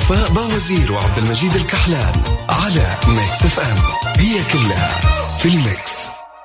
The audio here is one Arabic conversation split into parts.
وفاء باوزير وعبد المجيد الكحلان على ميكس اف ام. هي كلها في الميكس.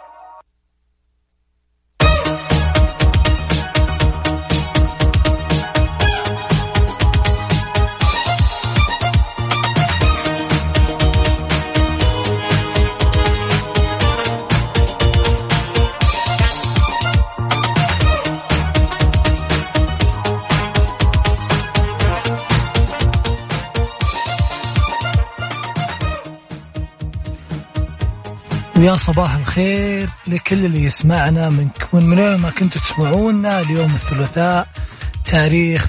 يا صباح الخير لكل اللي يسمعنا من وين ما كنتوا تسمعونا اليوم الثلاثاء تاريخ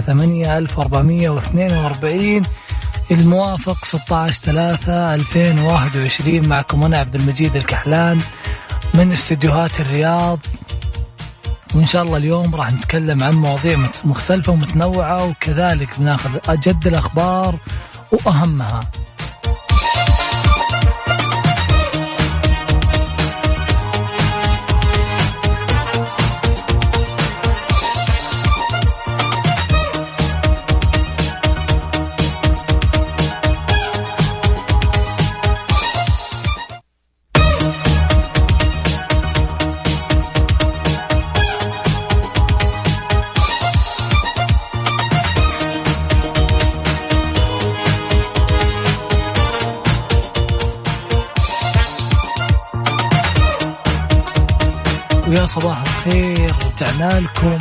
3/8/1442 الموافق 16/3/2021. معكم أنا عبد المجيد الكحلان من استديوهات الرياض، وإن شاء الله اليوم راح نتكلم عن مواضيع مختلفة ومتنوعة، وكذلك بناخذ أجد الأخبار وأهمها. ويا صباح الخير رجعنا لكم،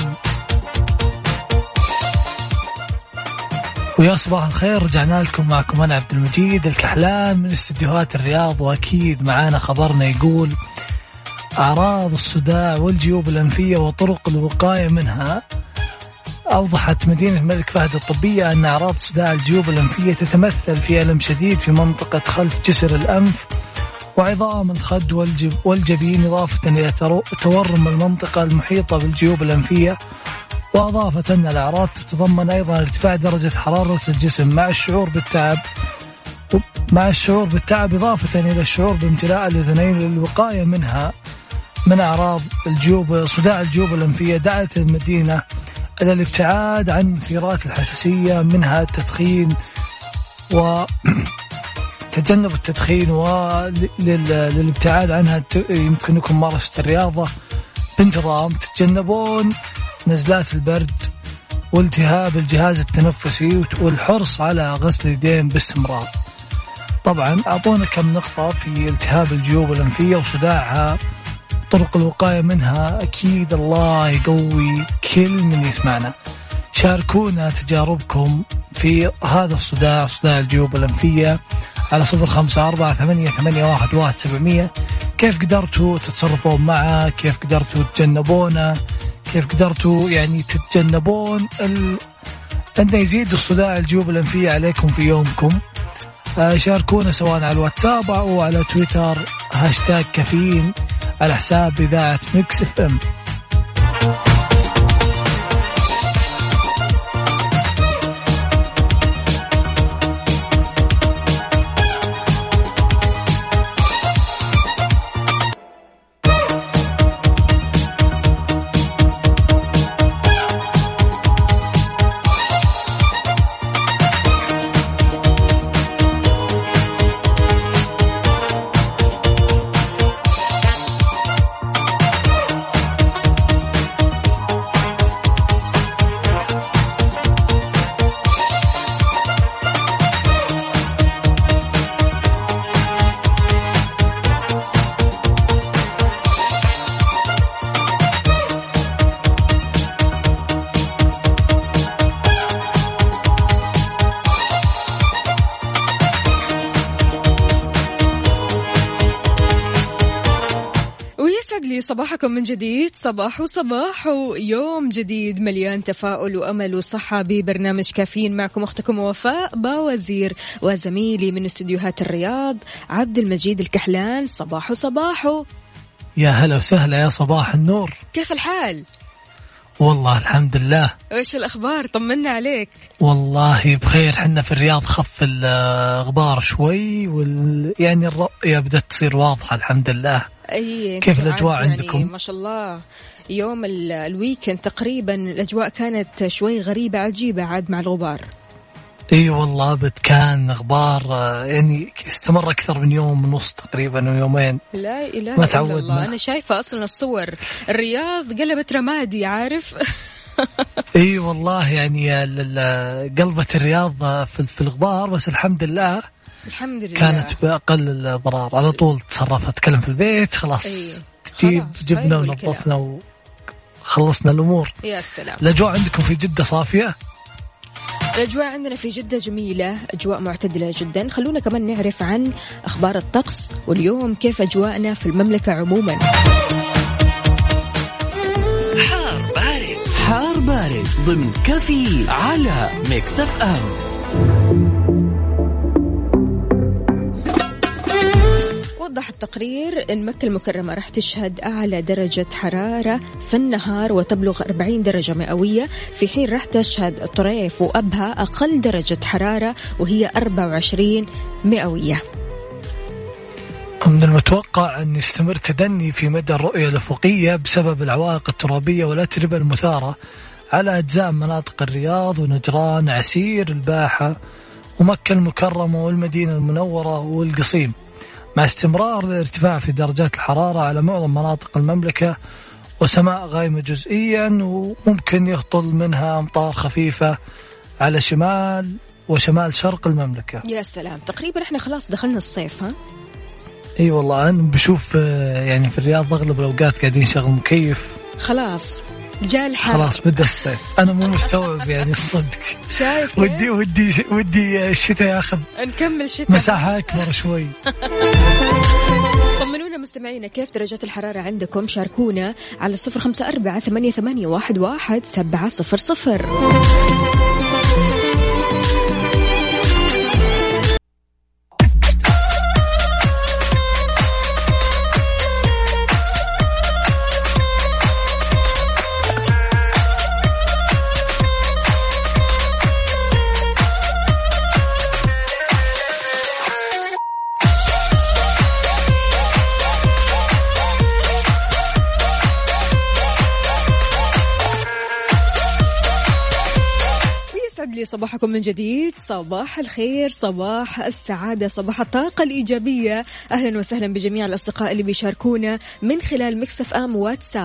ويا صباح الخير رجعنا لكم. معكم أنا عبد المجيد الكحلان من استديوهات الرياض، وأكيد معانا خبرنا يقول أعراض الصداع والجيوب الأنفية وطرق الوقاية منها. أوضحت مدينة الملك فهد الطبية أن أعراض صداع الجيوب الأنفية تتمثل في ألم شديد في منطقة خلف جسر الأنف وعظام الخد والجبين، إضافة إلى تورم المنطقة المحيطة بالجيوب الأنفية. وأضافت أن الأعراض تتضمن أيضا ارتفاع درجة حرارة الجسم مع الشعور بالتعب إضافة إلى الشعور بامتلاء الأذنين. للوقاية منها من أعراض صداع الجيوب الأنفية دعت المدينة إلى الابتعاد عن مثيرات الحساسية منها التدخين تجنب التدخين، وللابتعاد عنها يمكنكم ممارسة الرياضة بانتظام، تتجنبون نزلات البرد والتهاب الجهاز التنفسي والحرص على غسل اليدين باستمرار. طبعا أعطونا كم نقطة في التهاب الجيوب الأنفية وصداعها، طرق الوقاية منها. أكيد الله يقوي كل من يسمعنا. شاركونا تجاربكم في هذا صداع الجيوب الأنفية على 0548811700. كيف قدرتوا تتصرفون معه؟ كيف قدرتوا تتجنبونه؟ كيف قدرتوا يعني تتجنبون أن يزيد الصداع الجيوب الأنفية عليكم في يومكم؟ شاركونا سواء على الواتساب أو على تويتر #كافيين على حساب إذاعة ميكس اف ام. صباحكم من جديد، صباح يوم جديد مليان تفاؤل وأمل وصحة ببرنامج كافيين. معكم أختكم وفاء باوزير وزميلي من استديوهات الرياض عبد المجيد الكحلان. صباح يا هلا وسهلا، يا صباح النور. كيف الحال؟ والله الحمد لله. وإيش الأخبار؟ طمنا عليك. والله بخير، حنا في الرياض خف الغبار شوي يعني الرؤية بدأت تصير واضحة الحمد لله. كيف الأجواء يعني عندكم؟ ما شاء الله يوم الويكند تقريبا الأجواء كانت شوي غريبة عجيبة عاد مع الغبار. اي والله كان غبار يعني استمر اكثر من يوم ونص تقريبا ويومين. لا اله ما الا تعودنا. الله. انا شايفه اصلا الصور، الرياض قلبت رمادي، عارف. اي والله يعني قلبت الرياض في الغبار، بس الحمد لله كانت بأقل الضرر. على طول تصرفت، اتكلم في البيت خلاص. أيوه. جبنا ونظفنا وخلصنا الأمور. يا سلام. الأجواء عندكم في جدة صافية؟ الأجواء عندنا في جدة جميلة، أجواء معتدلة جدا. خلونا كمان نعرف عن أخبار الطقس واليوم كيف أجواءنا في المملكة عموما. حار بارد ضمن كفي على ميكس اف ام. وضح التقرير أن مكة المكرمة راح تشهد أعلى درجة حرارة في النهار وتبلغ 40 درجة مئوية، في حين راح تشهد الطريف وأبها أقل درجة حرارة وهي 24 مئوية. من المتوقع أن يستمر تدني في مدى الرؤية الأفقية بسبب العوائق الترابية والأتربة المثارة على أجزاء مناطق الرياض ونجران، عسير، الباحة ومكة المكرمة والمدينة المنورة والقصيم، مع استمرار الارتفاع في درجات الحرارة على معظم مناطق المملكة وسماء غائمة جزئيا، وممكن يهطل منها أمطار خفيفة على شمال وشمال شرق المملكة. يا سلام، تقريبا احنا خلاص دخلنا الصيف. ها اي والله انا بشوف يعني في الرياض اغلب الاوقات قاعدين يشغل مكيف، خلاص جاء الحر، خلاص بدا الصيف. انا مو مستوعب يعني الصدق. شايف ودي الشتاء ياخذ نكمل شتاء مساحة اكبر شوي. طمنونا مستمعينا كيف درجات الحرارة عندكم، شاركونا على 0548811700. صباحكم من جديد، صباح الخير، صباح السعادة، صباح الطاقة الإيجابية. أهلا وسهلا بجميع الأصدقاء اللي بيشاركونا من خلال ميكس اف ام واتساب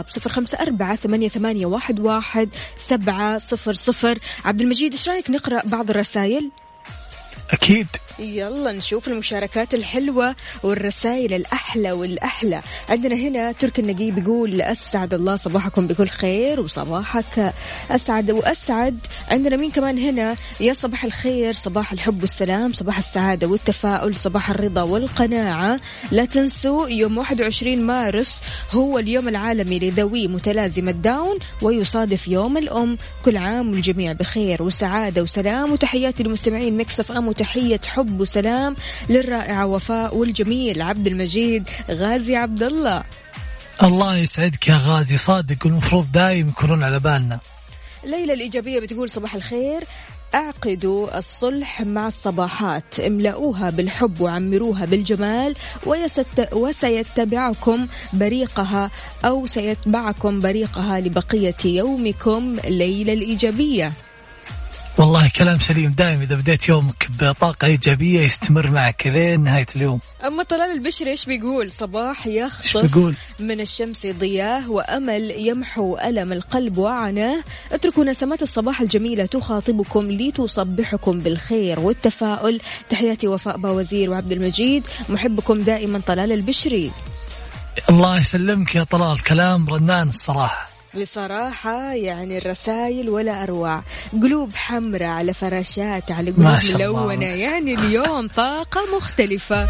0548811700. عبد المجيد، إيش رأيك نقرأ بعض الرسائل؟ أكيد. يلا نشوف المشاركات الحلوة والرسائل الأحلى والأحلى. عندنا هنا ترك النقيب يقول أسعد الله صباحكم بكل خير وصباحك أسعد وأسعد. عندنا مين كمان هنا؟ يا صباح الخير، صباح الحب والسلام، صباح السعادة والتفاؤل، صباح الرضا والقناعة. لا تنسوا يوم 21 مارس هو اليوم العالمي لذوي متلازمة داون ويصادف يوم الأم. كل عام والجميع بخير وسعادة وسلام. وتحياتي للمستمعين ميكس اف ام وتحية حب وسلام للرائعة وفاء والجميل عبد المجيد غازي عبد الله. الله يسعدك يا غازي، صادق والمفروض دايم يكونون على بالنا. ليلى الإيجابية بتقول صباح الخير، أعقدوا الصلح مع الصباحات، املأوها بالحب وعمروها بالجمال وسيتبعكم بريقها أو سيتبعكم بريقها لبقية يومكم. ليلى الإيجابية. والله كلام سليم، دائما إذا بديت يومك بطاقة إيجابية يستمر معك لين نهاية اليوم. أما طلال البشري إيش بيقول؟ صباح يخطف من الشمس ضياه وأمل يمحو ألم القلب وعناه. اتركوا نسمات الصباح الجميلة تخاطبكم لتصبحكم بالخير والتفاؤل. تحياتي وفاء باوزير وعبد المجيد، محبكم دائما طلال البشري. الله يسلمك يا طلال، كلام رنان الصراحة. بصراحة يعني الرسائل ولا أروع، قلوب حمراء على فراشات على قلوب ملونة، يعني اليوم طاقة مختلفة.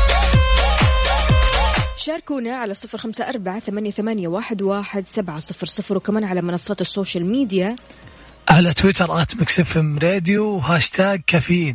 شاركونا على 0548811700 وكمان على منصات السوشيال ميديا، على تويتر @مكسفمراديو وهاشتاج كافيين.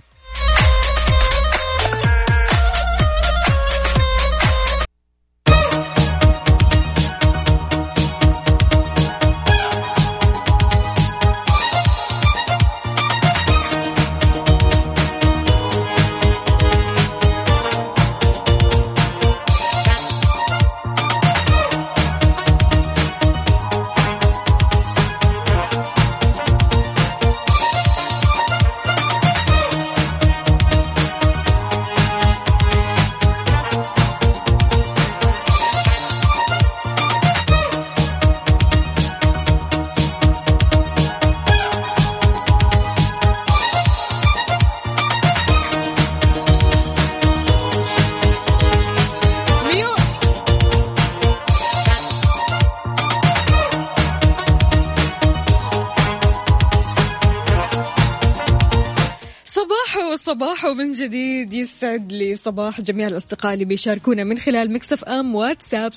صباح من جديد. يسعد لي صباح جميع الأصدقاء اللي بيشاركونا من خلال ميكس اف ام واتساب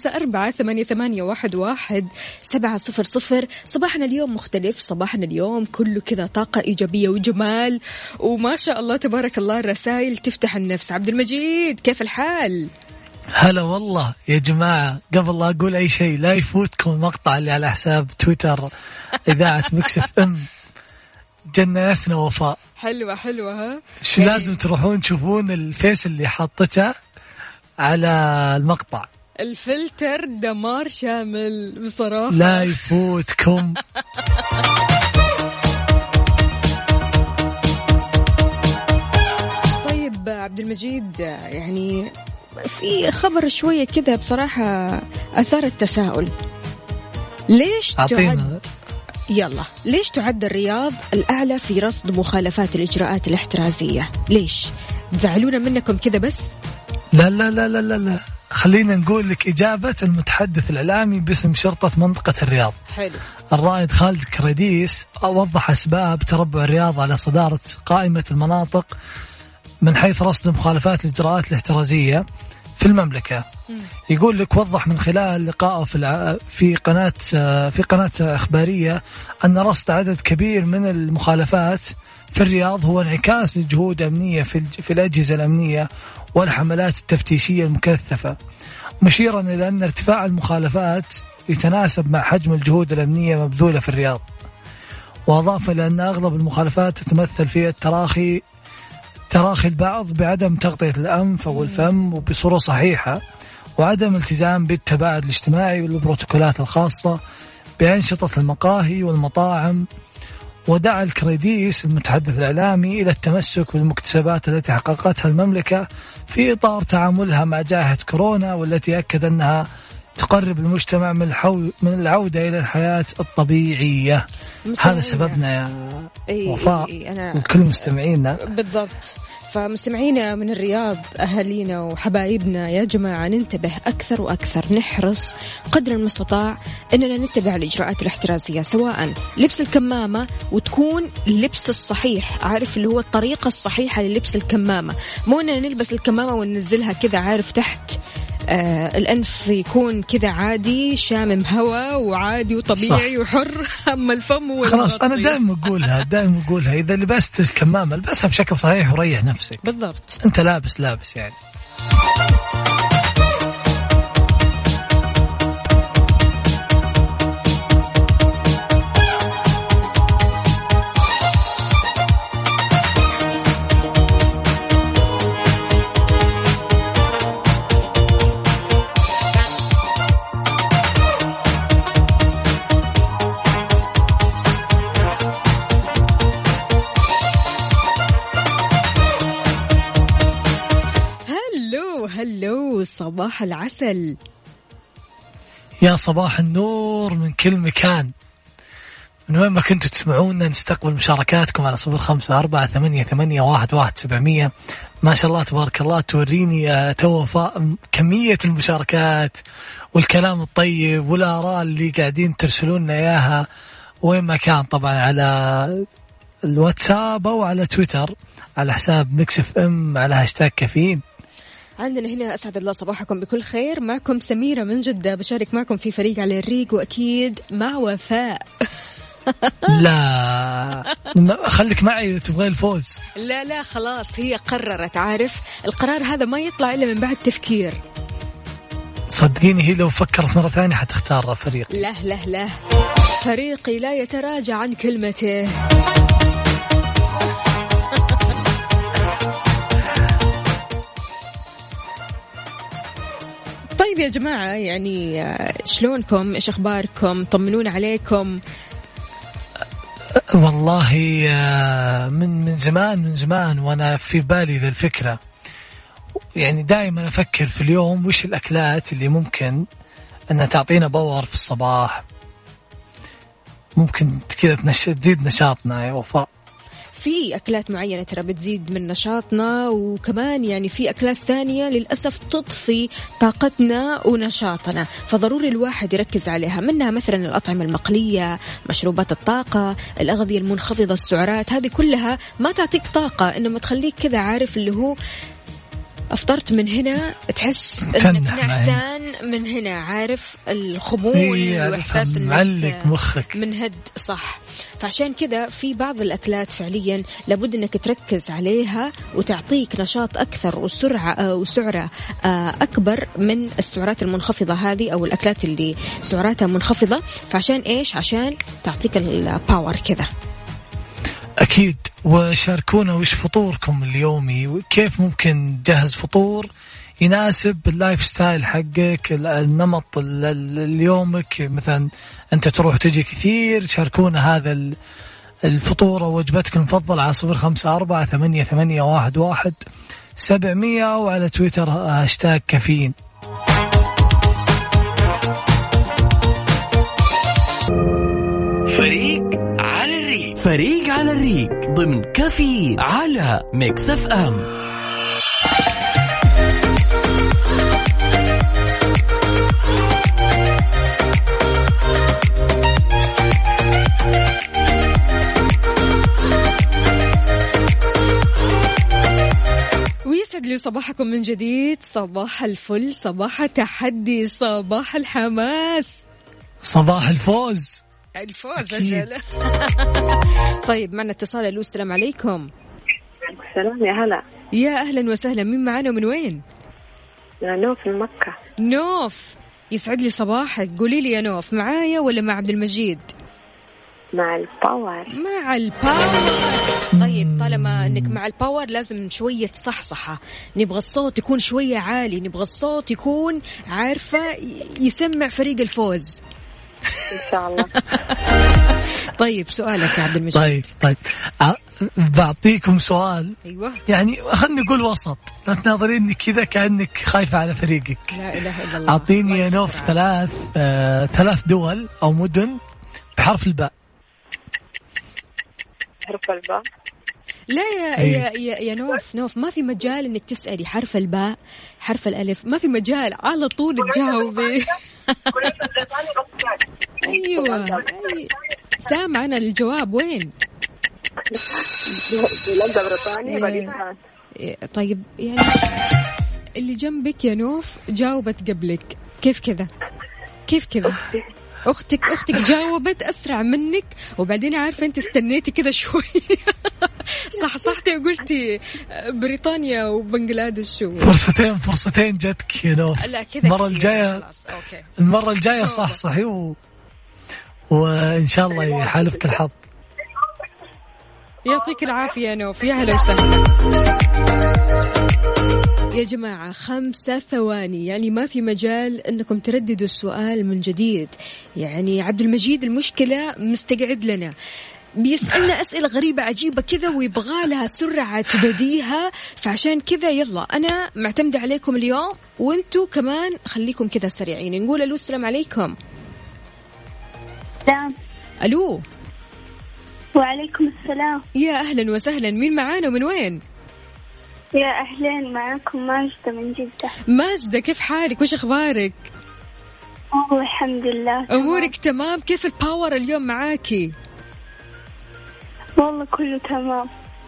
0548811700. صباحنا اليوم مختلف، صباحنا اليوم كله كذا طاقة إيجابية وجمال، وما شاء الله تبارك الله الرسائل تفتح النفس. عبد المجيد كيف الحال؟ هلا والله يا جماعة، قبل لا أقول أي شيء لا يفوتكم المقطع اللي على حساب تويتر إذاعة ميكس اف ام، جنتنا وفاء. حلوة ها. شو لازم تروحون تشوفون الفيس اللي حاطته على المقطع، الفلتر دمار شامل بصراحة، لا يفوتكم. طيب عبد المجيد، يعني في خبر شوية كذا بصراحة أثار التساؤل. ليش ليش تعد الرياض الأعلى في رصد مخالفات الإجراءات الاحترازية؟ ليش؟ زعلونا منكم كذا بس؟ لا لا لا لا لا لا، خلينا نقول لك إجابة المتحدث الإعلامي باسم شرطة منطقة الرياض. حلو. الرائد خالد كريديس وضح أسباب تربع الرياض على صدارة قائمة المناطق من حيث رصد مخالفات الإجراءات الاحترازية في المملكة. يقول لك وضح من خلال لقائه في قناة إخبارية أن رصد عدد كبير من المخالفات في الرياض هو انعكاس لجهود أمنية في الأجهزة الأمنية والحملات التفتيشية المكثفة، مشيرا إلى أن ارتفاع المخالفات يتناسب مع حجم الجهود الأمنية مبذولة في الرياض. وأضاف إلى أن أغلب المخالفات تتمثل في تراخي البعض بعدم تغطية الأنف أو الفم وبصورة صحيحة، وعدم التزام بالتباعد الاجتماعي والبروتوكولات الخاصة بأنشطة المقاهي والمطاعم. ودعا الكريديس المتحدث الإعلامي إلى التمسك بالمكتسبات التي حققتها المملكة في إطار تعاملها مع جائحة كورونا، والتي أكد أنها تقرب المجتمع من العودة إلى الحياة الطبيعية. هذا سببنا يا وفاء وكل مستمعينا. بالضبط. فمستمعينا من الرياض، أهالينا وحبايبنا، يا جماعة ننتبه أكثر وأكثر، نحرص قدر المستطاع أننا نتبع الإجراءات الاحترازية، سواء لبس الكمامة وتكون لبس الصحيح، عارف اللي هو الطريقة الصحيحة للبس الكمامة، مو أننا نلبس الكمامة وننزلها كذا عارف تحت الأنف، يكون كذا عادي شامم هواء وعادي وطبيعي صح. وحر. أما الفم خلاص أنا دائما أقولها إذا لبست الكمامة لبسها بشكل صحيح وريح نفسك. بالضبط. أنت لابس يعني. صباح العسل، يا صباح النور من كل مكان، من وين ما كنتوا تسمعونا. نستقبل مشاركاتكم على 0548811700. ما شاء الله تبارك الله، توريني توفاء كمية المشاركات والكلام الطيب والآراء اللي قاعدين ترسلوننا إياها وين ما كان، طبعا على الواتساب أو على تويتر على حساب ميكس اف ام على هاشتاج كافيين. عندنا هنا أسعد الله صباحكم بكل خير، معكم سميرة من جدة، بشارك معكم في فريق على الريق، وأكيد مع وفاء. لا خليك معي تبغي الفوز. لا خلاص هي قررت، عارف القرار هذا ما يطلع إلا من بعد تفكير. صدقيني هي لو فكرت مرة ثانية حتختار فريقي. لا فريقي لا يتراجع عن كلمته. طيب يا جماعة، يعني شلونكم؟ إيش أخباركم؟ طمنونا عليكم. والله من زمان وأنا في بالي ذا الفكرة، يعني دائما أفكر في اليوم وش الأكلات اللي ممكن أنها تعطينا باور في الصباح، ممكن كذا تزيد نشاطنا يا وفاء. في أكلات معينة ترى بتزيد من نشاطنا، وكمان يعني في أكلات ثانية للأسف تطفي طاقتنا ونشاطنا، فضروري الواحد يركز عليها. منها مثلا الأطعمة المقلية، مشروبات الطاقة، الأغذية المنخفضة السعرات، هذه كلها ما تعطيك طاقة، إنما تخليك كذا عارف اللي هو أفطرت من هنا تحس إنك نعسان من هنا، عارف الخمول وإحساس معلق مخك من هد صح. فعشان كذا في بعض الأكلات فعليا لابد إنك تركز عليها وتعطيك نشاط أكثر وسعرة أكبر من السعرات المنخفضة هذه، أو الأكلات اللي سعراتها منخفضة. فعشان إيش؟ عشان تعطيك الباور كذا. أكيد. وشاركونا وش فطوركم اليومي، وكيف ممكن تجهز فطور يناسب اللايف ستايل حقك، النمط اليومك. مثلا أنت تروح تجي كثير، شاركونا هذا الفطور أو وجبتك المفضلة على 0548811700 وعلى تويتر هاشتاج كافيين. فريق على الريق ضمن كافيين على ميكس اف ام. ويسعد لي صباحكم من جديد، صباح الفل، صباح التحدي، صباح الحماس، صباح الفوز أجل. طيب معنا اتصال. ألو السلام عليكم. السلام يا هلا. يا أهلا وسهلا، مين معنا ومن وين؟ نوف من مكة. نوف يسعد لي صباحك، قولي لي يا نوف معايا ولا مع عبد المجيد؟ مع الباور. مع الباور. طيب طالما انك مع الباور لازم شوية صحصحة، نبغى الصوت يكون شوية عالي، نبغى الصوت يكون عارفة يسمع فريق الفوز إن شاء الله. طيب سؤالك يا عبد المجيد. طيب بعطيكم سؤال. أيوة. يعني خلني نقول وسط، لا تناظريني كذا كأنك خايفة على فريقك. لا إله إلا الله. أعطيني يا نوف ثلاث دول أو مدن بحرف الباء. حرف الباء؟ لا يا نوف ما في مجال انك تسألي حرف الباء، حرف الألف، ما في مجال، على طول تجاوبي. ايوه سامع انا الجواب وين؟ بلاد بريطانيا. طيب يعني اللي جنبك يا نوف جاوبت قبلك، كيف كذا؟ أختك جاوبت أسرع منك، وبعدين عارفة أنت استنيتي كذا شوي. صحصحتي وقلتي بريطانيا وبنغلاديش فرصتين جتك يا نوف. لا كذا المرة الجاية صحصحي وإن شاء الله يحالفك الحظ. يعطيك العافية يا نوف، يا هلا وسهلا. يا جماعة 5 ثواني، يعني ما في مجال أنكم ترددوا السؤال من جديد. يعني عبد المجيد المشكلة مستقعد لنا، بيسألنا أسئلة غريبة عجيبة كذا ويبغى لها سرعة بديهة، فعشان كذا يلا أنا معتمدة عليكم اليوم، وانتوا كمان خليكم كذا سريعين. نقول ألو السلام عليكم. سلام. ألو. وعليكم السلام. يا أهلا وسهلا، مين معانا ومن وين؟ يا أهلين، معكم ماجدة من جدة. ماجدة كيف حالك؟ وش أخبارك؟ الحمد لله أمورك تمام. كيف الباور اليوم معاكي؟ والله كله تمام.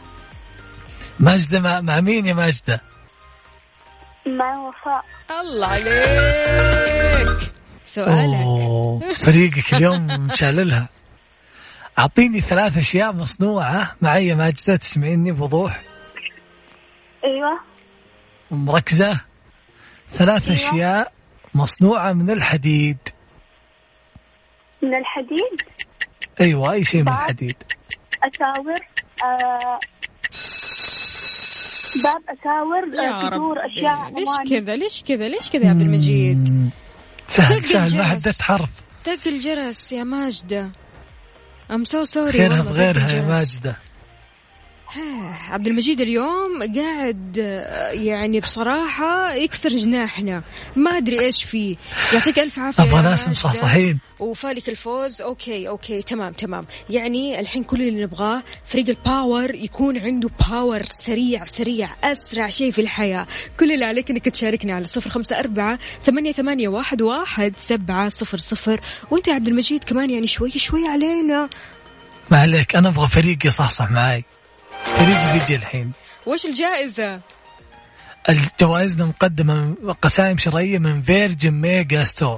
ماجدة مع مين يا ماجدة؟ مع وفاء. الله عليك. سؤالك. فريقك اليوم مشاللها. أعطيني 3 أشياء مصنوعة معي ماجدة، تسمعيني بوضوح؟ أيوة. مركزة. 3 أشياء مصنوعة من الحديد. من الحديد؟ أيوة أي شيء من الحديد. أساور، باب، أساور، قدور، أشياء. ليش كذا يا عبد المجيد؟ سهل ما حددت حرف. دق الجرس يا ماجدة. I'm so sorry. خيرها بغيرها يا ماجدة. عبد المجيد اليوم قاعد يعني بصراحة يكسر جناحنا، ما أدري إيش فيه. يعطيك ألف عافية. أبغى ناس مصحصحين وفالك الفوز. أوكي تمام. يعني الحين كل اللي نبغاه فريق الباور يكون عنده باور سريع أسرع شيء في الحياة. كل اللي عليك إنك تشاركنا على 0548811700. وأنت يا عبد المجيد كمان يعني شوي علينا. ما عليك، أنا أبغى فريق يصحصح معاي، فريق بيجي الحين. وش الجائزة؟ الجوائزنا مقدمة قسائم شرعية من فيرجن ميجا ستور.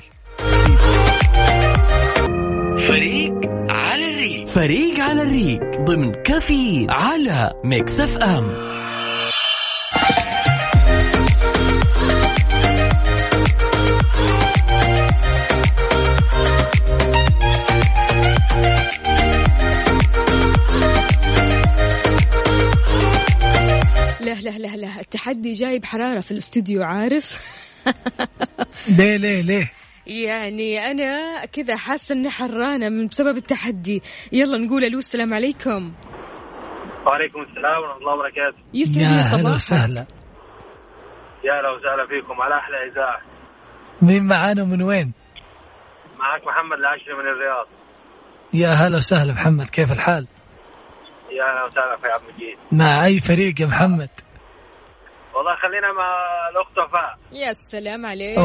فريق على الريق ضمن كافيين على ميكس اف ام. لا التحدي جايب حرارة في الاستوديو، عارف؟ ليه يعني أنا كذا حاسة إني حرانة من بسبب التحدي. يلا نقول ألو، السلام عليكم. وعليكم السلام ورحمة الله وبركاته. يسعدني صباحك. أهلا وسهلا. يا أهلا وسهلا فيكم على أحلى إذاعة. مين معانا ومن وين؟ معك محمد العشري من الرياض. يا هلا وسهلا محمد، كيف الحال؟ يا أهلا وسهلا في عبد المجيد. مع أي فريق يا محمد؟ والله خلينا مع الأخت وفاء. يا سلام عليك.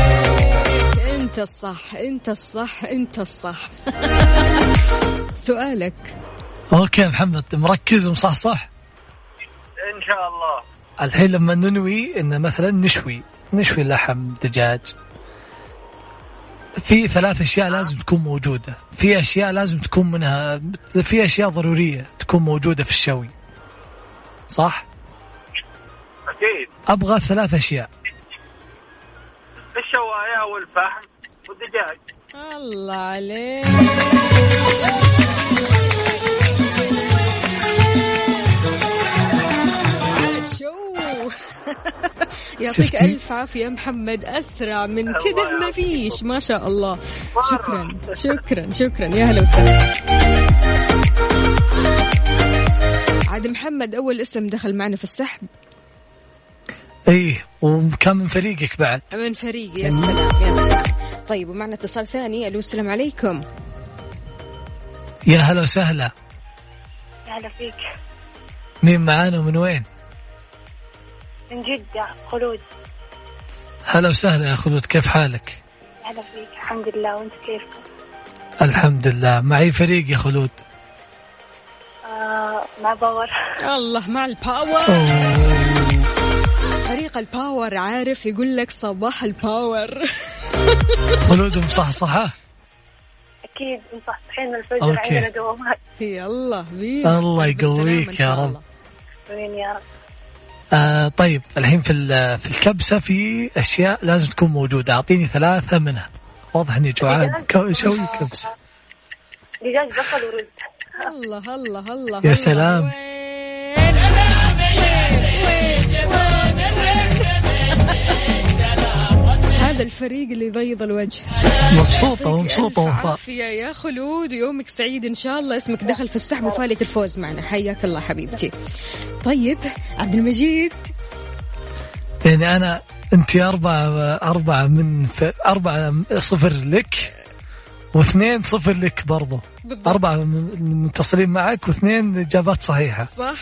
انت الصح. سؤالك. اوكي محمد، مركز ومصحصح ان شاء الله. الحين لما ننوي ان مثلا نشوي لحم دجاج، في 3 أشياء لازم تكون موجودة، في أشياء لازم تكون منها، في أشياء ضرورية تكون موجودة في الشوي، صح؟ أكيد. أبغى 3 أشياء: الشواية والفحم والدجاج. الله عليك. يعطيك ألف عافية محمد، أسرع من كده ما فيش، ما شاء الله. شكرا يا هلا وسهلا. عاد محمد أول اسم دخل معنا في السحب. ايه، وكان من فريقك بعد. من فريقي. يا سلام. طيب ومعنا اتصال ثاني. ألو، السلام عليكم. يا هلا وسهلا. يا هلا فيك. مين معانا ومن وين؟ من جدة، خلود. هلا وسهلا يا خلود، كيف حالك؟ هلا فيك. الحمد لله، وانت كيفكم؟ الحمد لله. معي فريق يا خلود. مع باور. الله، مع الباور. فريق الباور، عارف يقول لك صباح الباور. خلود مصحصحة؟ أكيد مصحصحين من الفجر، عندنا دوامات. يلا بينا. الله يقويك يا رب. وين يا رب. طيب الحين في الكبسة في أشياء لازم تكون موجودة، أعطيني 3 منها. واضح إني جوعان. شوي كبسة. دجاج، بصل، ورز. الله يا سلام. هذا الفريق اللي يبيض الوجه. مبسوطة عافية يا خلود، يومك سعيد إن شاء الله. اسمك دخل في السحب وفالك الفوز معنا، حياك الله حبيبتي. طيب عبد المجيد، يعني أنت 4-0 لك و2-0 لك برضو. 4 متصلين معك و2 إجابات صحيحة، صح؟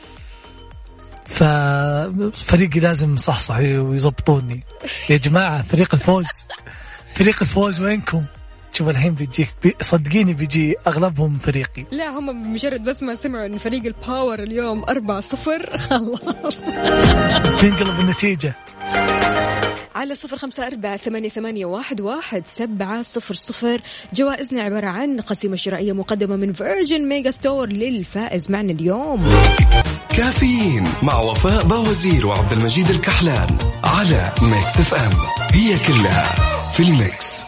ففريقي لازم صحصح ويضبطوني يا جماعة. فريق الفوز وينكم؟ شوف الحين بيجيك، صدقيني بيجي أغلبهم فريقي. لا، هم مجرد بس ما سمعوا إن فريق الباور اليوم 4-0 خلاص تنقلب النتيجة. على 0548811700. جوائزنا عبارة عن قسيمة شرائية مقدمة من فيرجن ميجا ستور للفائز معنا اليوم. كافيين مع وفاء باوزير وعبد المجيد الكحلان على ميكس اف ام، هي كلها في الميكس.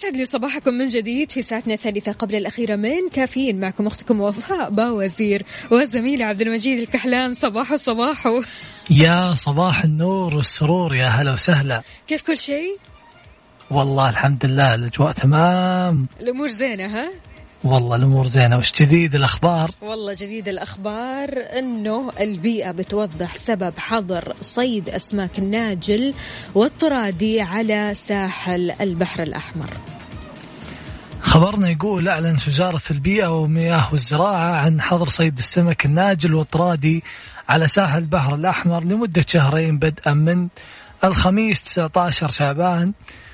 يسعد لي صباحكم من جديد في ساعتنا الثالثة قبل الأخيرة من كافيين. معكم أختكم وفاء باوزير وزميلي عبد المجيد الكحلان. صباح يا صباح النور والسرور، يا هلا وسهلا. كيف كل شيء؟ والله الحمد لله، الأجواء تمام، الأمور زينة. ها والله الأمور زينة. وش جديد الأخبار؟ والله جديد الأخبار أنه البيئة بتوضح سبب حظر صيد أسماك الناجل والطرادي على ساحل البحر الأحمر. خبرنا يقول أعلنت وزارة البيئة والمياه والزراعة عن حظر صيد السمك الناجل والطرادي على ساحل البحر الأحمر لمدة شهرين بدءا من الخميس 19 شعبان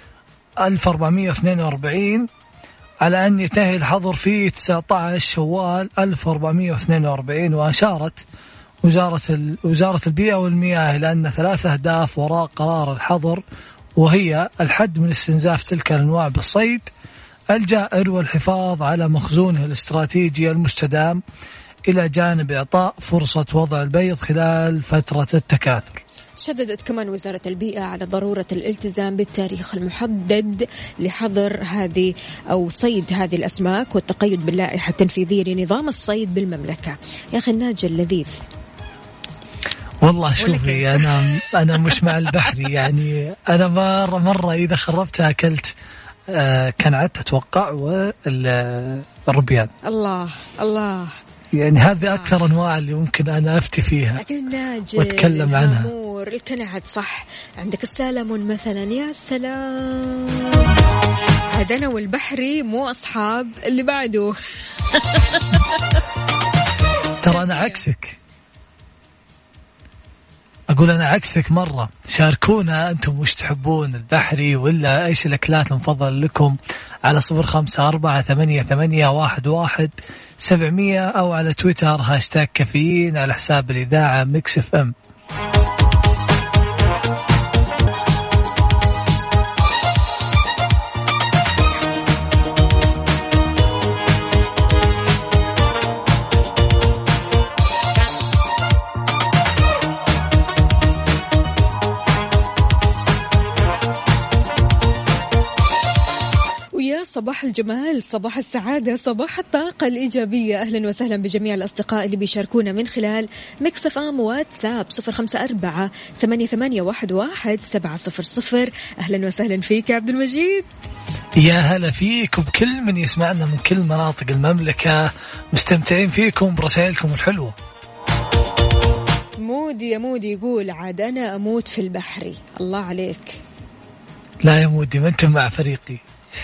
1442 على أن ينتهي الحظر في 19 شوال 1442. وأشارت وزارة البيئة والمياه إلى أن 3 أهداف وراء قرار الحظر، وهي الحد من استنزاف تلك الأنواع بالصيد الجائر والحفاظ على مخزونه الاستراتيجي المستدام، إلى جانب إعطاء فرصة وضع البيض خلال فترة التكاثر. شددت كمان وزارة البيئة على ضرورة الالتزام بالتاريخ المحدد لحظر هذه أو صيد هذه الأسماك والتقيد باللائحة التنفيذية لنظام الصيد بالمملكة. يا أخي الناجل لذيذ والله. شوفي أنا مش مع البحري، يعني أنا مرة إذا خربتها أكلت كنعت أتوقع والربيان. الله يعني هذه أكثر أنواع اللي ممكن أنا أفتي فيها وأتكلم عنها. الكنعت صح، عندك السلمون مثلا، يا سلام. هذا أنا والبحري مو أصحاب. اللي بعده ترى أنا عكسك، أقول أنا عكسك مرة. شاركونا أنتم وش تحبون، البحري ولا إيش الأكلات المفضلة لكم على 0548811700 أو على تويتر هاشتاج كافيين على حساب الإذاعة ميكس اف ام. صباح الجمال، صباح السعادة، صباح الطاقة الإيجابية. أهلا وسهلا بجميع الأصدقاء اللي بيشاركونا من خلال ميكس اف ام واتساب 0548811700. أهلا وسهلا فيك يا عبد المجيد. يا هلا فيك وبكل من يسمعنا من كل مناطق المملكة، مستمتعين فيكم برسائلكم الحلوة. مودي يا مودي يقول عاد أنا أموت في البحري. الله عليك. لا يا مودي، ما أنت مع فريقي.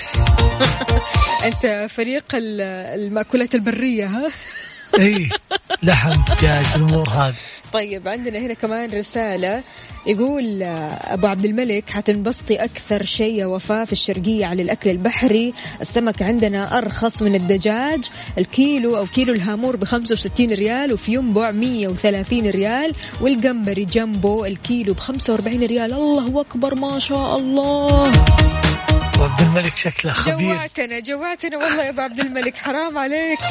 أنت فريق المأكولات البرية. ها إيه، لحم دجاج الأمور هذه. طيب عندنا هنا كمان رسالة يقول أبو عبد الملك حتنبسطي أكثر شيء يا وفاء في الشرقية على الأكل البحري. السمك عندنا أرخص من الدجاج، الكيلو أو كيلو الهامور ب65 ريال، وفي ينبع 130 ريال، والجمبري جنبه الكيلو ب45 ريال. الله أكبر ما شاء الله. عبد الملك شكله خبير. جوعتنا والله يا أبو عبد الملك، حرام عليك.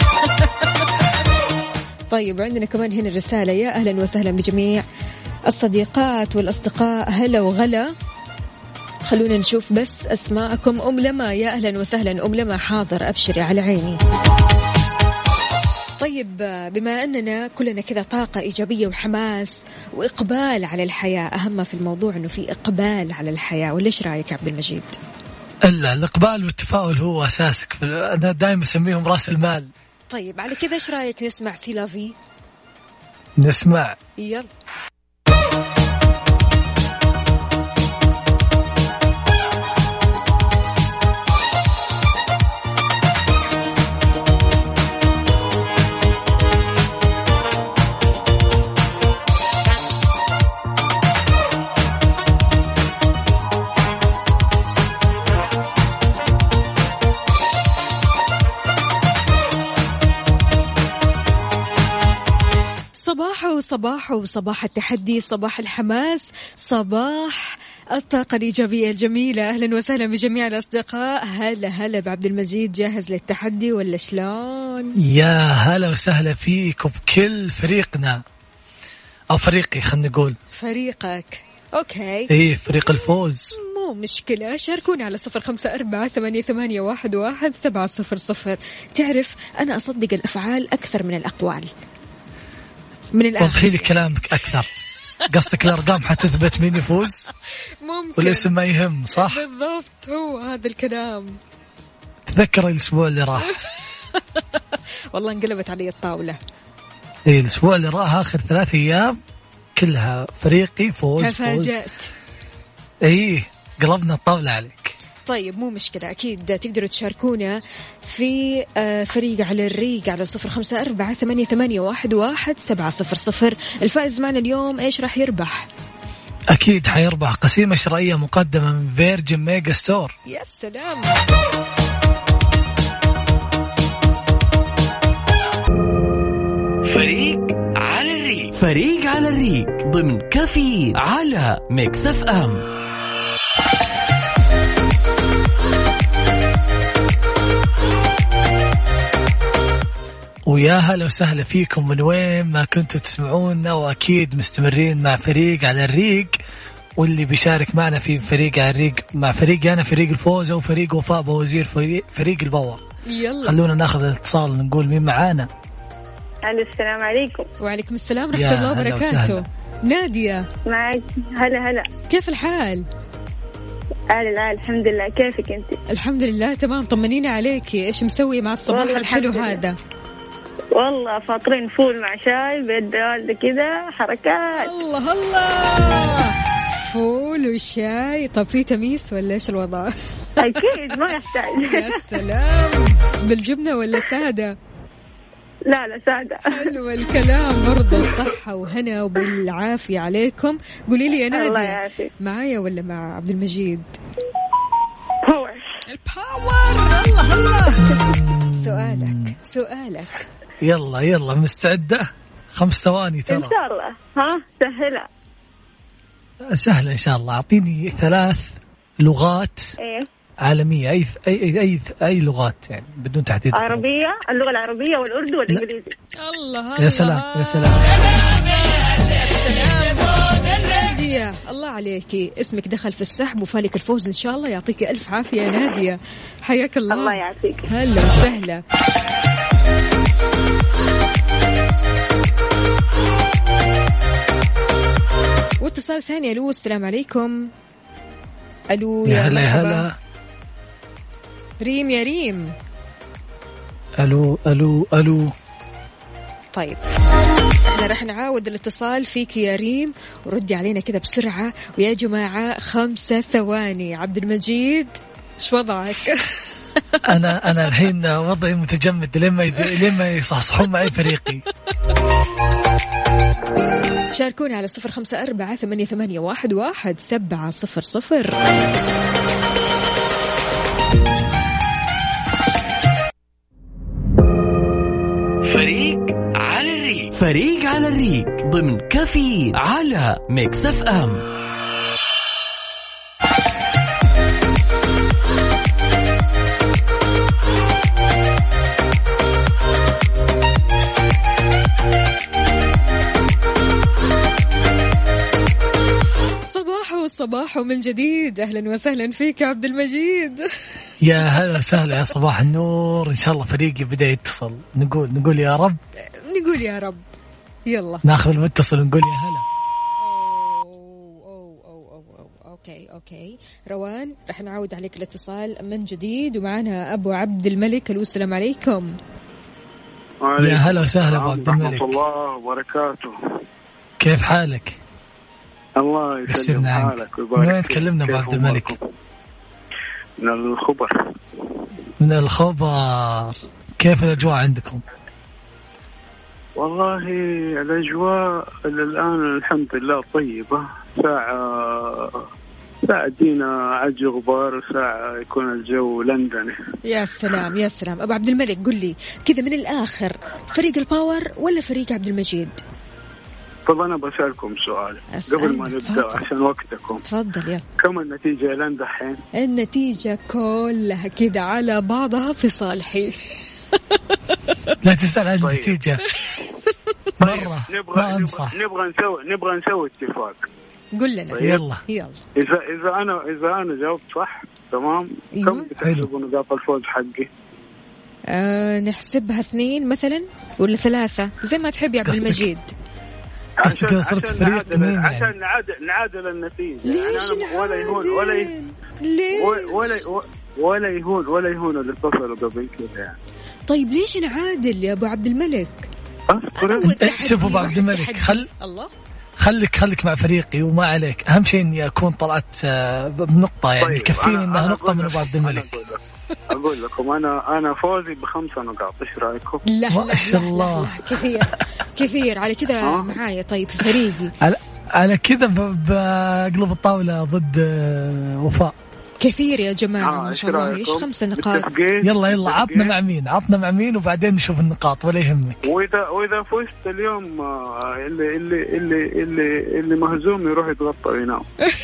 طيب عندنا كمان هنا رسالة، يا أهلا وسهلا بجميع الصديقات والأصدقاء، هلا وغلا. خلونا نشوف بس أسماءكم. أم لما، يا أهلا وسهلا أم لما. حاضر، أبشري على عيني. طيب بما أننا كلنا كذا طاقة إيجابية وحماس وإقبال على الحياة، أهم في الموضوع أنه في إقبال على الحياة، ولا إيش رأيك يا عبد المجيد؟ إلا الإقبال والتفاؤل هو أساسك، أنا دائما أسميهم رأس المال. طيب على كذا إيش رأيك نسمع سيلافي؟ نسمع، يلا. صباح التحدي، صباح الحماس، صباح الطاقة الإيجابية الجميلة. أهلا وسهلا بجميع الأصدقاء. هلا بعبد المجيد، جاهز للتحدي ولا شلون؟ يا هلا وسهلا فيك وبكل فريقنا، أو فريقي، خلنا نقول فريقك. أوكي إيه فريق الفوز. مو مشكلة، شاركونا على 0548811700. تعرف أنا أصدق الأفعال أكثر من الأقوال. من الآخر وضحي لي كلامك أكثر. قصدك الأرقام حتثبت مين يفوز؟ ممكن. والاسم ما يهم صح؟ بالضبط، هو هذا الكلام. تذكر الأسبوع اللي راح والله انقلبت علي الطاولة. إيه الأسبوع اللي راح آخر 3 أيام كلها فريقي فوز. تفاجأت. إيه قلبنا الطاولة عليك. طيب مو مشكلة، أكيد تقدروا تشاركونا في فريق على الريق على 0548811700. الفائز معنا اليوم إيش راح يربح؟ أكيد حيربح قسيمة شرائية مقدمة من فيرجن ميجا ستور. يا سلام. فريق على الريق. فريق على الريق ضمن كافيين على ميكس اف ام. ويا هلا وسهلا فيكم من وين ما كنتوا تسمعونا، وأكيد مستمرين مع فريق على الريق. واللي بيشارك معنا في فريق على الريق مع فريقي أنا فريق الفوز، أو فريق وفاء بوزير فريق الباور. يلا خلونا ناخذ الاتصال نقول مين معانا. السلام عليكم. وعليكم السلام ورحمة الله وبركاته. نادية معك. هلا كيف الحال؟ الحمد لله، كيفك أنت؟ الحمد لله تمام. طمنينا عليكي، إيش مسوي مع الصباح الحلو هذا؟ والله فاطرين فول مع شاي بيد والدة كذا حركات. الله الله، فول وشاي. طب في تميس ولا إيش الوضع؟ أكيد ما يحتاج. يا سلام، بالجبنة ولا سادة؟ لا سادة. حلو الكلام برضه، صحة وهنا وبالعافية عليكم. قولي لي يا نادية، معايا ولا مع عبد المجيد؟ باور. الباور. الله الله. سؤالك. يلا مستعدة؟ 5 ثواني ترى. إن شاء الله. ها سهلة إن شاء الله. أعطيني 3 لغات عالمية. أي لغات يعني بدون تحديد. عربية، اللغة العربية والأردو والإنجليزي. الله يا سلام يا سلام. نادية الله عليكي، اسمك دخل في السحب وفالك الفوز إن شاء الله. يعطيك ألف عافية يا نادية، حياك الله. الله يعافيك. هلا وسهلا. واتصال ثاني. ألو السلام عليكم. ألو يا هلا. ريم يا ريم. ألو. طيب احنا راح نعاود الاتصال فيك يا ريم، وردي علينا كذا بسرعة. ويا جماعة 5 ثواني. عبد المجيد ايش وضعك؟ أنا الحين وضعي متجمد لما يصحصحون معي فريقي. شاركونا على 0548811700. فريق على الريق ضمن كافيين على ميكس اف ام. صباح من جديد. أهلا وسهلا فيك عبد المجيد. يا هلا وسهلا، يا صباح النور. إن شاء الله فريقي بدأ يتصل. نقول يا رب. نقول يا رب. يلا ناخذ المتصل ونقول يا هلا. أوكي روان، رح نعود عليك الاتصال من جديد. ومعنا أبو عبد الملك. السلام عليكم. يا هلا وسهلا أبو عبد الملك. ورحمة الله وبركاته. كيف حالك؟ الله يسلم حالك ويبارك. من وين تكلمنا أبو عبد الملك؟ من الخبر. من الخبر. كيف الأجواء عندكم؟ والله الأجواء الآن الحمد لله طيبة. ساعة دينا عج غبار، ساعة يكون الجو لندني. يا سلام يا سلام. أبو عبد الملك قل لي كذا من الآخر، فريق الباور ولا فريق عبد المجيد؟ طب أنا بسألكم سؤال قبل ما نبدأ عشان وقتكم. تفضل يا. كم النتيجة لين دحين؟ النتيجة كلها كده على بعضها في صالحي. لا تسأل عن النتيجة مرة. نبغى نسوي اتفاق. قل لنا. يلا إذا أنا جاوبت صح تمام. كم بتحسبوا نقاط الفوز حقي؟ نحسبها 2 مثلا ولا 3 زي ما تحب يا عبد المجيد. عشان صرت فريق مين يعني؟ عشان نعادل النتيجة. ليش يعني ولا يهون اللي اتصلوا قبل كذا يعني. طيب ليش نعادل يا أبو عبد الملك؟ شوف أبو عبد الملك خليك مع فريقي وما عليك. أهم شيء إني أكون طلعت بنقطة يعني. طيب كفيني إنها نقطة من أبو عبد الملك. أقول لكم أنا فوزي ب5 نقاط. إيش رأيكم؟ ما شاء الله. كثير على كذا معايا. طيب في فريقي على كذا بقلب الطاولة ضد وفاء. كثير يا جماعة ما شاء الله. إيش 5 نقاط؟ يلا عطنا مع مين وبعدين نشوف النقاط ولا يهمك. وإذا فزت اليوم اللي مهزوم يروح يتغطى وينام.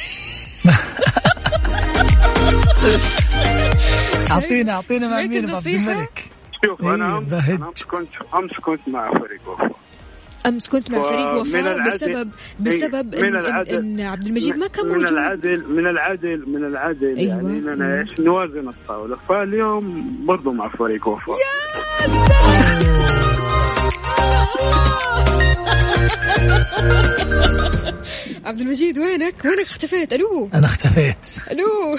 أعطينا مع مين أبو عبد الملك؟ شوف أنا أمس كنت مع فريق وفاء. أمس كنت مع فريق وفاء بسبب إن عبد المجيد ما كان موجود. من العدل أيوة. يعني أنا نوازن الطاولة. فاليوم برضو مع فريق وفاء. عبد المجيد وينك اختفيت؟ ألو أنا اختفيت. ألو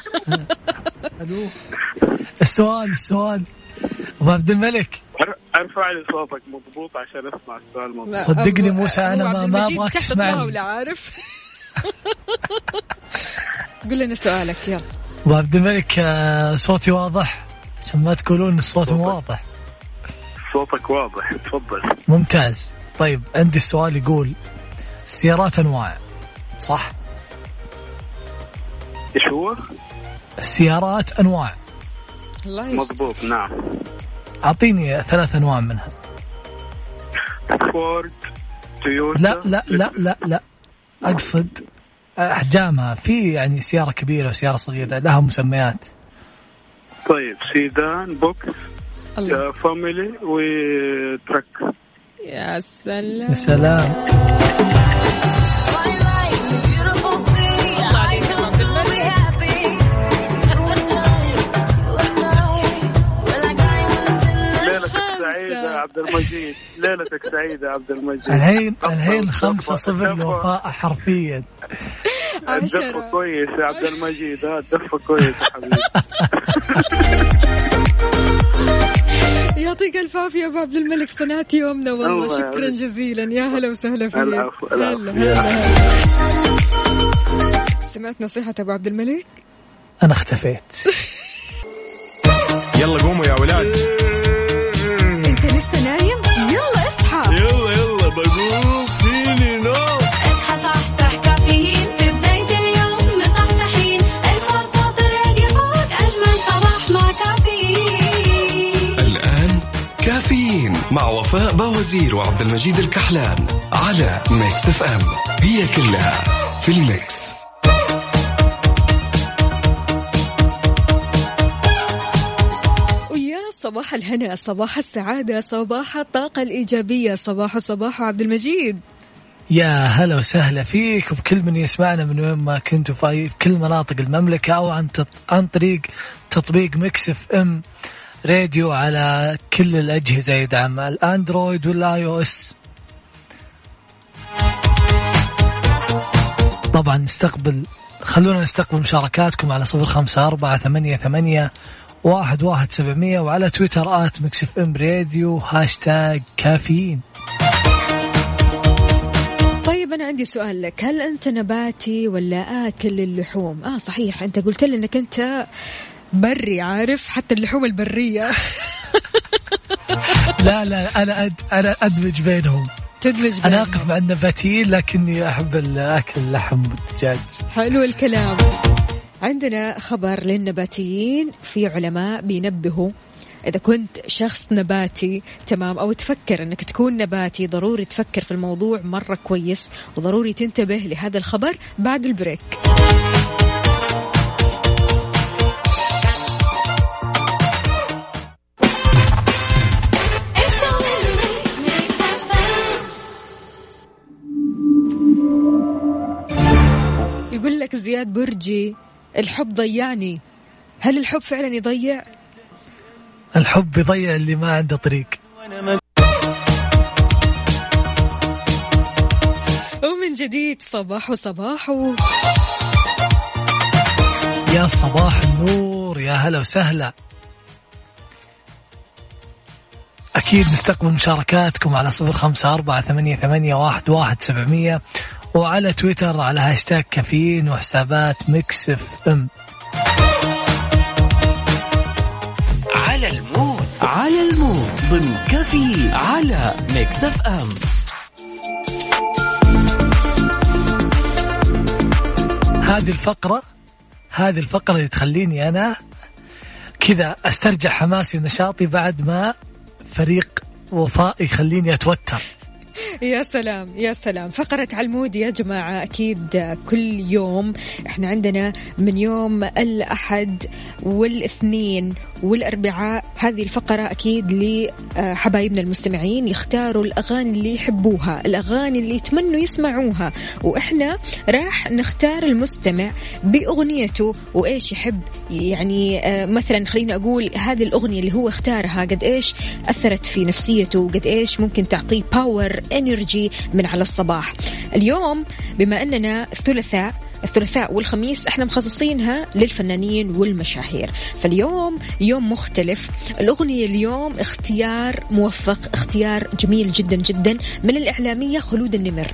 السؤال أبو عبد الملك ارفع لي صوتك مضبوط عشان اسمع السؤال مضبوط. صدقني موسى انا ما ابغاك تسمعني ولا عارف. قل لنا سؤالك يلا. ابو عبد الملك صوتي واضح عشان ما تقولون الصوت مو واضح. صوتك واضح تفضل. ممتاز. طيب عندي السؤال يقول السيارات انواع صح؟ ايش هو؟ السيارات انواع. مضبوط نعم. أعطيني 3 أنواع منها. فورد تويوتا. لا أقصد أحجامها. في يعني سيارة كبيرة وسيارة صغيرة لها مسميات. طيب سيدان بوكس فاميلي وترك. يا سلام عبد المجيد. ليلتك سعيدة عبد المجيد. الحين 5-0 لوفاء حرفيا. الدفة كويس يا عبد المجيد. الدفة كويس يا حبيبي. يعطيك الف عافية أبو عبد الملك. صنعت يومنا والله. شكرا جزيلا. يا هلا وسهلا فيك. هلا. سمعت نصيحة أبو عبد الملك؟ أنا اختفيت. يلا قوموا يا ولاد. لسه نايم؟ يلا اصحى. يلا بقوم فيني نوم. اصحى صحصح كافيين في بداية اليوم مصحصحين. الفرصة الراديو فوق أجمل صباح مع كافيين. الآن كافيين مع وفاء باوزير وعبد المجيد الكحلان على ميكس اف ام. هي كلها في الميكس. صباح الهنا، صباح السعادة، صباح الطاقة الإيجابية، صباح عبد المجيد. يا هلا وسهلا فيك وبكل من يسمعنا من وين ما كنتوا في كل مناطق المملكة أو عن طريق تطبيق ميكس اف ام راديو على كل الأجهزة يدعم الأندرويد والآي او اس. طبعا خلونا نستقبل مشاركاتكم على 0548811700 وعلى تويتر @مكسفم راديو #كافيين. طيب أنا عندي سؤال لك، هل أنت نباتي ولا آكل اللحوم؟ صحيح أنت قلت لي أنك أنت بري، عارف حتى اللحوم البرية. لا أنا أدمج بينهم. أنا أقف مع النباتيين لكني أحب أكل اللحم والدجاج. حلو الكلام. عندنا خبر للنباتيين، في علماء بينبهوا إذا كنت شخص نباتي تمام أو تفكر أنك تكون نباتي، ضروري تفكر في الموضوع مرة كويس وضروري تنتبه لهذا الخبر بعد البريك. زياد برجي الحب ضيعني. هل الحب فعلا يضيع؟ الحب يضيع اللي ما عنده طريق. ومن جديد صباح يا صباح النور، يا هلا وسهلا. أكيد نستقبل مشاركاتكم على 0548811700 وعلى تويتر على هاشتاج كافيين وحسابات ميكس اف ام. على المود ضمن كافيين على ميكس اف ام. هذه الفقرة اللي تخليني أنا كذا أسترجع حماسي ونشاطي بعد ما فريق وفاء يخليني أتوتر. يا سلام يا سلام. فقرة علمود يا جماعة أكيد كل يوم إحنا عندنا من يوم الأحد والاثنين والأربعاء هذه الفقرة أكيد لحبايبنا المستمعين يختاروا الأغاني اللي يحبوها، الأغاني اللي يتمنوا يسمعوها، وإحنا راح نختار المستمع بأغنيته وإيش يحب. يعني مثلا خلينا أقول هذه الأغنية اللي هو اختارها قد إيش أثرت في نفسيته وقد إيش ممكن تعطيه باور انرجي من على الصباح. اليوم بما أننا الثلاثاء والخميس احنا مخصصينها للفنانين والمشاهير، فاليوم يوم مختلف. الأغنية اليوم اختيار موفق، اختيار جميل جدا جدا من الإعلامية خلود النمر.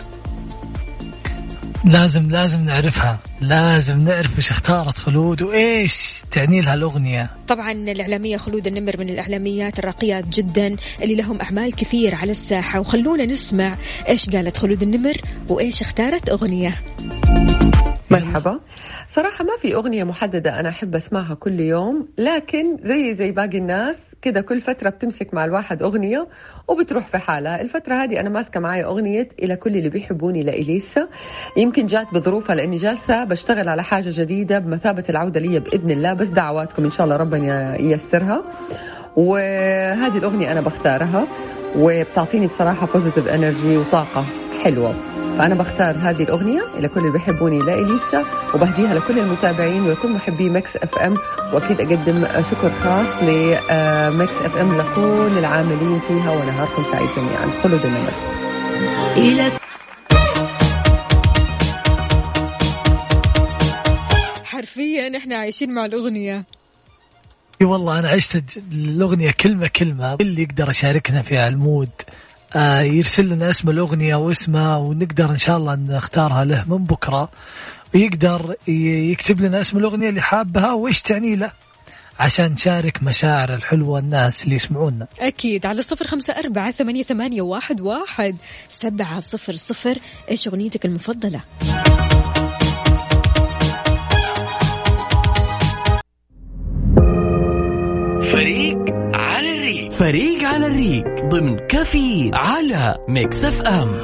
لازم نعرفها، لازم نعرف ايش اختارت خلود وايش تعني لها الأغنية. طبعا الإعلامية خلود النمر من الإعلاميات الراقيات جدا اللي لهم أعمال كثير على الساحة، وخلونا نسمع ايش قالت خلود النمر وايش اختارت أغنية. مرحبا. صراحة ما في أغنية محددة أنا أحب أسمعها كل يوم، لكن زي باقي الناس كده كل فترة بتمسك مع الواحد أغنية وبتروح في حالها. الفترة هذه أنا ماسكة معي أغنية إلى كل اللي بيحبوني لإليسا. يمكن جات بظروفها لأني جالسة بشتغل على حاجة جديدة بمثابة العودة لي بإذن الله، بس دعواتكم إن شاء الله ربنا ييسرها. وهذه الأغنية أنا بختارها وبتعطيني بصراحة بوزيتيف انرجي وطاقة حلوة، فأنا بختار هذه الأغنية إلى كل اللي بيحبوني لإليسا، وبهديها لكل المتابعين ولكل محبي ميكس اف ام. وأكيد أقدم شكر خاص لميكس اف ام لكل العاملين فيها، ونهاركم سعيد جميعا. خلود النمر. حرفيا احنا عايشين مع الأغنية. والله أنا عشت الأغنية كلمة. اللي يقدر يشاركنا في علمود يرسل لنا اسم الأغنية واسمها، ونقدر إن شاء الله نختارها له من بكرة، ويقدر يكتب لنا اسم الأغنية اللي حابها وإيش تعني له عشان نشارك مشاعر الحلوة الناس اللي يسمعونا. أكيد على 0548811700. إيش أغنيتك المفضلة؟ فريق على الريق ضمن كافيين على ميكس اف ام.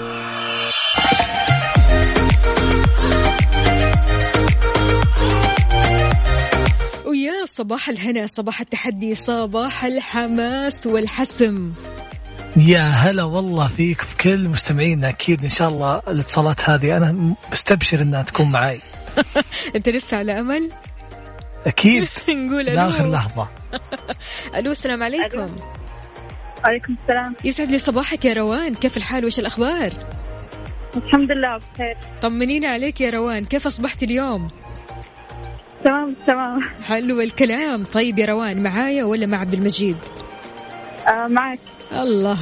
ويا صباح الهنا، صباح التحدي، صباح الحماس والحسم. يا هلا والله فيك في كل مستمعينا. أكيد إن شاء الله الاتصالات هذه أنا مستبشر أنها تكون معي. أنت لسه على أمل؟ أكيد. نقول لآخر لحظة. ألو، السلام عليكم. عليكم السلام. يسعد لي صباحك يا روان، كيف الحال وإيش الأخبار؟ الحمد لله بخير. طمنينا عليك يا روان، كيف أصبحت اليوم؟ تمام. حلو الكلام. طيب يا روان معايا ولا مع عبد المجيد؟ معك. الله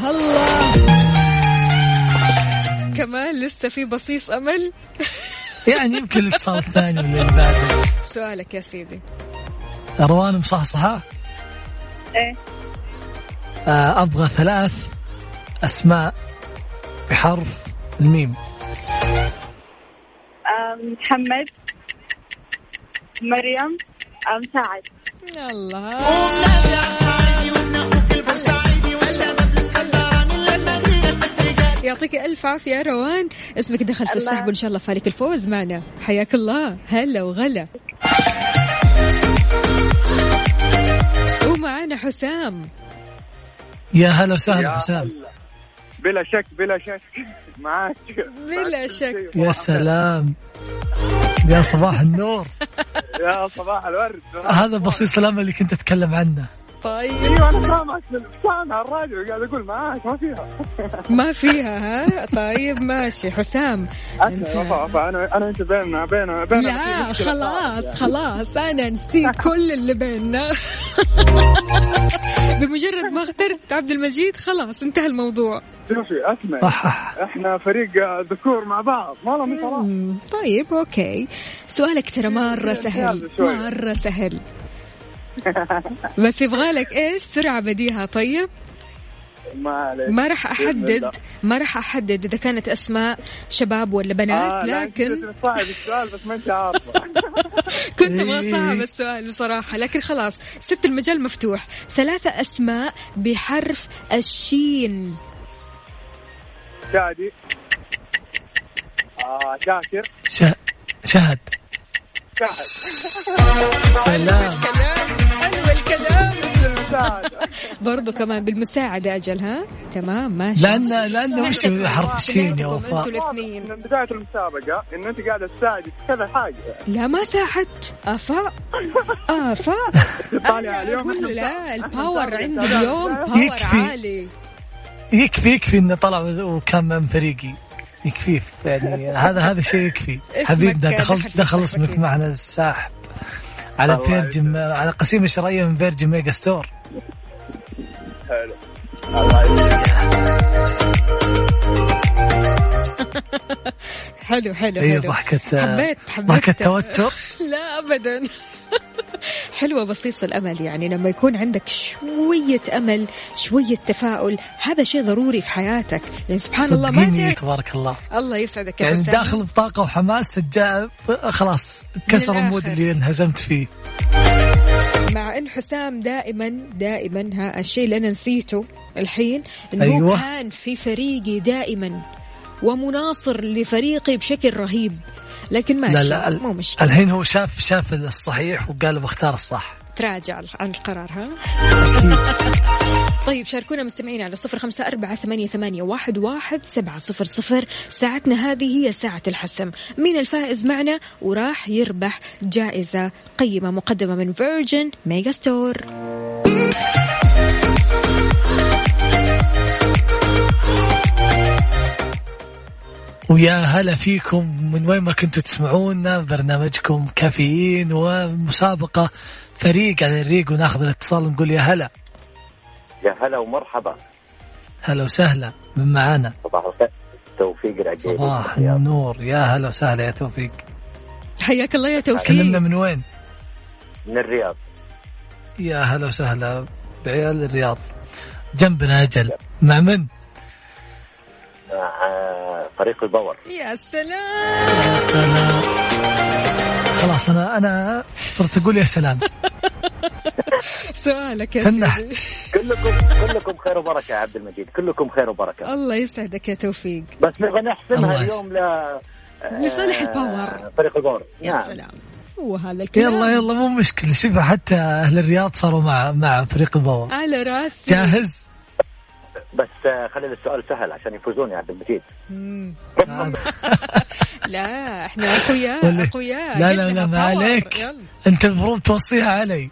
كمان لسه في بصيص أمل. يعني يمكن الاتصال الثاني اللي بعده. سؤالك يا سيدي. روان مصحصحة؟ ايه. أبغى 3 أسماء بحرف الميم. محمد، مريم، سعد. الله. يعطيك ألف عافية يا روان. اسمك دخل في السحب وإن شاء الله فالك الفوز معنا. حياك الله. هلا وغلا. ومعنا حسام. يا هلا وسهلا حسام. بلا شك معاك. بلا شك. يا سلام. يا صباح النور. يا صباح الورد. هذا بصيص الأمل اللي كنت أتكلم عنه. طيب ايوه انا سامعك على الراديو قاعد اقول معاك ما فيها ها. طيب ماشي حسام انا انت بيننا لا خلاص انا نسيت كل اللي بيننا. بمجرد ما اخترت عبد المجيد خلاص انتهى الموضوع. شوفي اسمع احنا فريق ذكور مع بعض ما له مثال. طيب اوكي سؤالك ترى مرة سهل بس يبغالك ايش سرعة بديهة. طيب ما راح احدد اذا كانت اسماء شباب ولا بنات لكن صعب السؤال بس ما انت عارفه. كنت ما صعب السؤال بصراحة لكن خلاص سبت المجال مفتوح. 3 أسماء بحرف الشين. شادي شاكر شهد. سلام. حلو الكلام. برضو كمان بالمساعدة أجل ها تمام ماشي. لأن وش حرف الشين يا وفاء؟ من بداية المسابقة إن أنت قاعدة تساعد في كذا حاجة. لا ما ساعدت آفاء. أنا أقول لا الباور عندي اليوم باور عالي. يكفي إنه طلع وكان من فريقي يكفي يعني هذا شيء يكفي. حبيبنا دخل اسمك معنا الساحب على فيرجن على قسيم الشرعية من فيرجن ميجا ستور. حلو ضحكة توتر. لا أبدا. حلوة بصيص الأمل يعني لما يكون عندك شوية أمل شوية تفاؤل هذا شيء ضروري في حياتك لأن سبحان الله ما تعرف. تبارك الله يسعدك يعني داخل بطاقة وحماس خلاص كسر المود اللي انهزمت فيه. مع أن حسام دائما ها الشيء اللي أنا نسيته الحين إنه كان في فريقي دائما ومناصر لفريقي بشكل رهيب لكن ماشي مو مشكلة. الحين هو شاف الصحيح وقال بختار الصح. تراجع عن القرار ها. طيب شاركونا مستمعين على 0548811700. ساعتنا هذه هي ساعة الحسم. مين الفائز معنا وراح يربح جائزة قيمة مقدمة من فيرجن ميجا ستور. ويا هلا فيكم من وين ما كنتوا تسمعونا. برنامجكم كافيين ومسابقة فريق على الريق وناخذ الاتصال ونقول يا هلا. يا هلا ومرحبا. هلا وسهلا من معانا. صباح الخير توفيق العجيبي. صباح النور يا هلا وسهلا يا توفيق. حياك الله يا توفيق. كلمنا من وين؟ من الرياض. يا هلا وسهلا بعيال الرياض. جنبنا أجل. مع من؟ مع فريق الباور. يا سلام. خلاص أنا صرت أقول يا سلام. سؤالك يا تنحت. كلكم خير وبركة يا عبد المجيد. كلكم خير وبركة. الله يسعدك يا توفيق. بس نبغى نحسمها اليوم لصالح الباور. فريق الباور. يا سلام. وهذا الكلام. يلا مو مشكلة. شوف حتى أهل الرياض صاروا مع فريق الباور. على راسي. جاهز. بس خلي السؤال سهل عشان يفوزون يا عبد المجيد. لا احنا أقوياء. لا ما عليك. انت المفروض توصيها علي.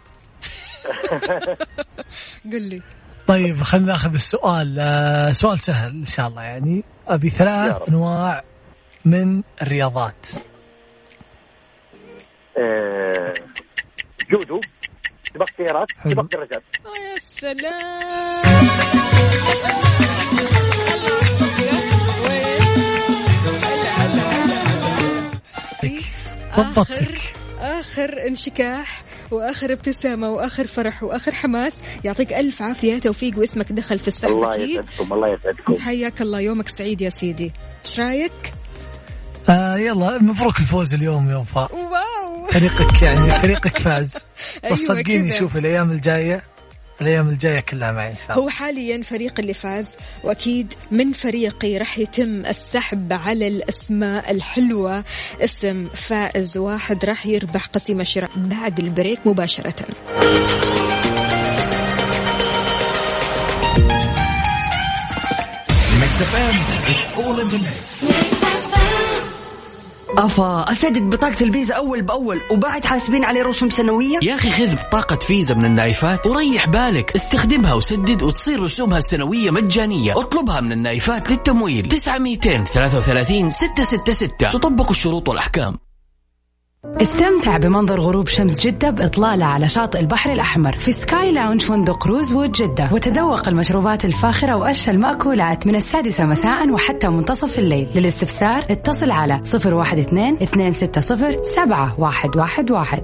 قل لي. طيب خلينا ناخذ السؤال. سؤال سهل ان شاء الله يعني. ابي 3 انواع من الرياضات. جودو سباق سيارات سباق دراجات. يا سلام. آخر انشكاح وآخر ابتسامة وآخر فرح وآخر حماس. يعطيك ألف عافية توفيق واسمك دخل في السحب. الله يسعدكم. الله يسعدكم. حياك الله. يومك سعيد يا سيدي. ايش رايك؟ يلا مبروك الفوز اليوم يا وفاء. واو فريقك فاز. بس صدقيني شوف الأيام الجاية كلها معي إن شاء الله. هو حاليا فريق اللي فاز وأكيد من فريقي رح يتم السحب على الأسماء الحلوة. اسم فائز واحد رح يربح قسيمة شراء بعد البريك مباشرة. أفا أسدد بطاقة الفيزا أول بأول وبعد حاسبين عليه رسوم سنوية. يا أخي خذ بطاقة فيزا من النايفات وريح بالك، استخدمها وسدد وتصير رسومها السنوية مجانية. اطلبها من النايفات للتمويل 933 666. تطبق الشروط والأحكام. استمتع بمنظر غروب شمس جدة بإطلالة على شاطئ البحر الأحمر في سكاي لاونج فندق روزوود جدة، وتذوق المشروبات الفاخرة وأشهى المأكولات من 6 مساء وحتى منتصف الليل. للاستفسار اتصل على 012-260-7111.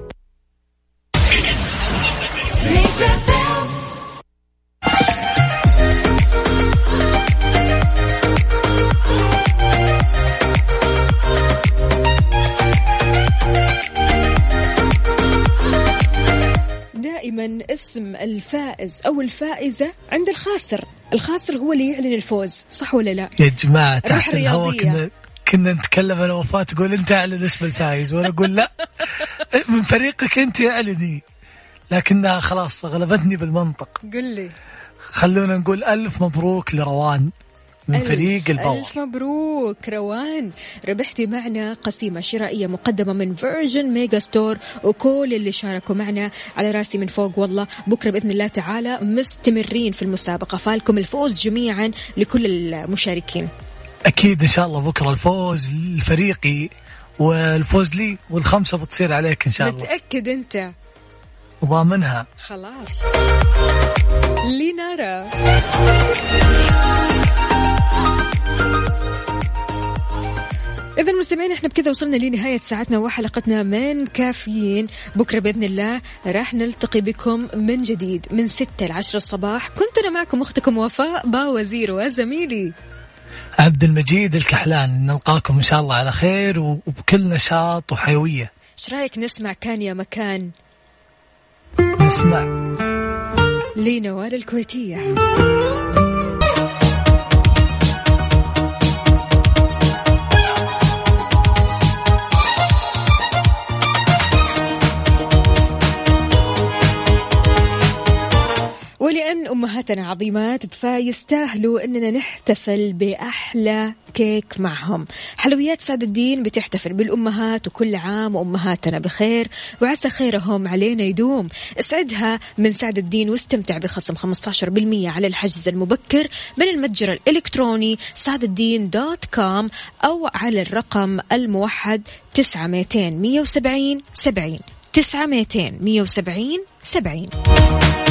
دائما اسم الفائز أو الفائزة عند الخاسر. الخاسر هو اللي يعلن الفوز، صح ولا لا يا جماعة؟ تحت الهواء كنا نتكلم أنا وفاء، تقول أنت أعلن اسم الفائز وأنا أقول لا من فريقك أنت أعلني، لكنها خلاص غلبتني بالمنطق. قل لي. خلونا نقول 1000 مبروك لروان من فريق الباور. 1000 مبروك روان، ربحتي معنا قسيمة شرائية مقدمة من فيرجن ميجا ستور، وكل اللي شاركوا معنا على راسي من فوق والله. بكرة بإذن الله تعالى مستمرين في المسابقة، فالكم الفوز جميعا لكل المشاركين. أكيد إن شاء الله بكرة الفوز لفريقي والفوز لي، والخمسة بتصير عليك إن شاء الله. متأكد أنت؟ ضامنها. خلاص لنرى. إذا المستمعين احنا بكذا وصلنا لنهاية ساعتنا وحلقتنا من كافيين. بكرة بإذن الله راح نلتقي بكم من جديد من 6 ل 10 الصباح. كنت أنا معكم أختكم وفاء باوزير وزميلي عبد المجيد الكحلان. نلقاكم إن شاء الله على خير وبكل نشاط وحيوية. ايش رايك نسمع كان يا مكان؟ نسمع لنوال الكويتية. ولأن أمهاتنا عظيمات فيستاهلوا أننا نحتفل بأحلى كيك معهم. حلويات سعد الدين بتحتفل بالأمهات، وكل عام وأمهاتنا بخير وعسى خيرهم علينا يدوم. اسعدها من سعد الدين واستمتع بخصم 15% على الحجز المبكر من المتجر الإلكتروني سعدالدين.com أو على الرقم الموحد 900 170 70 900 170 70.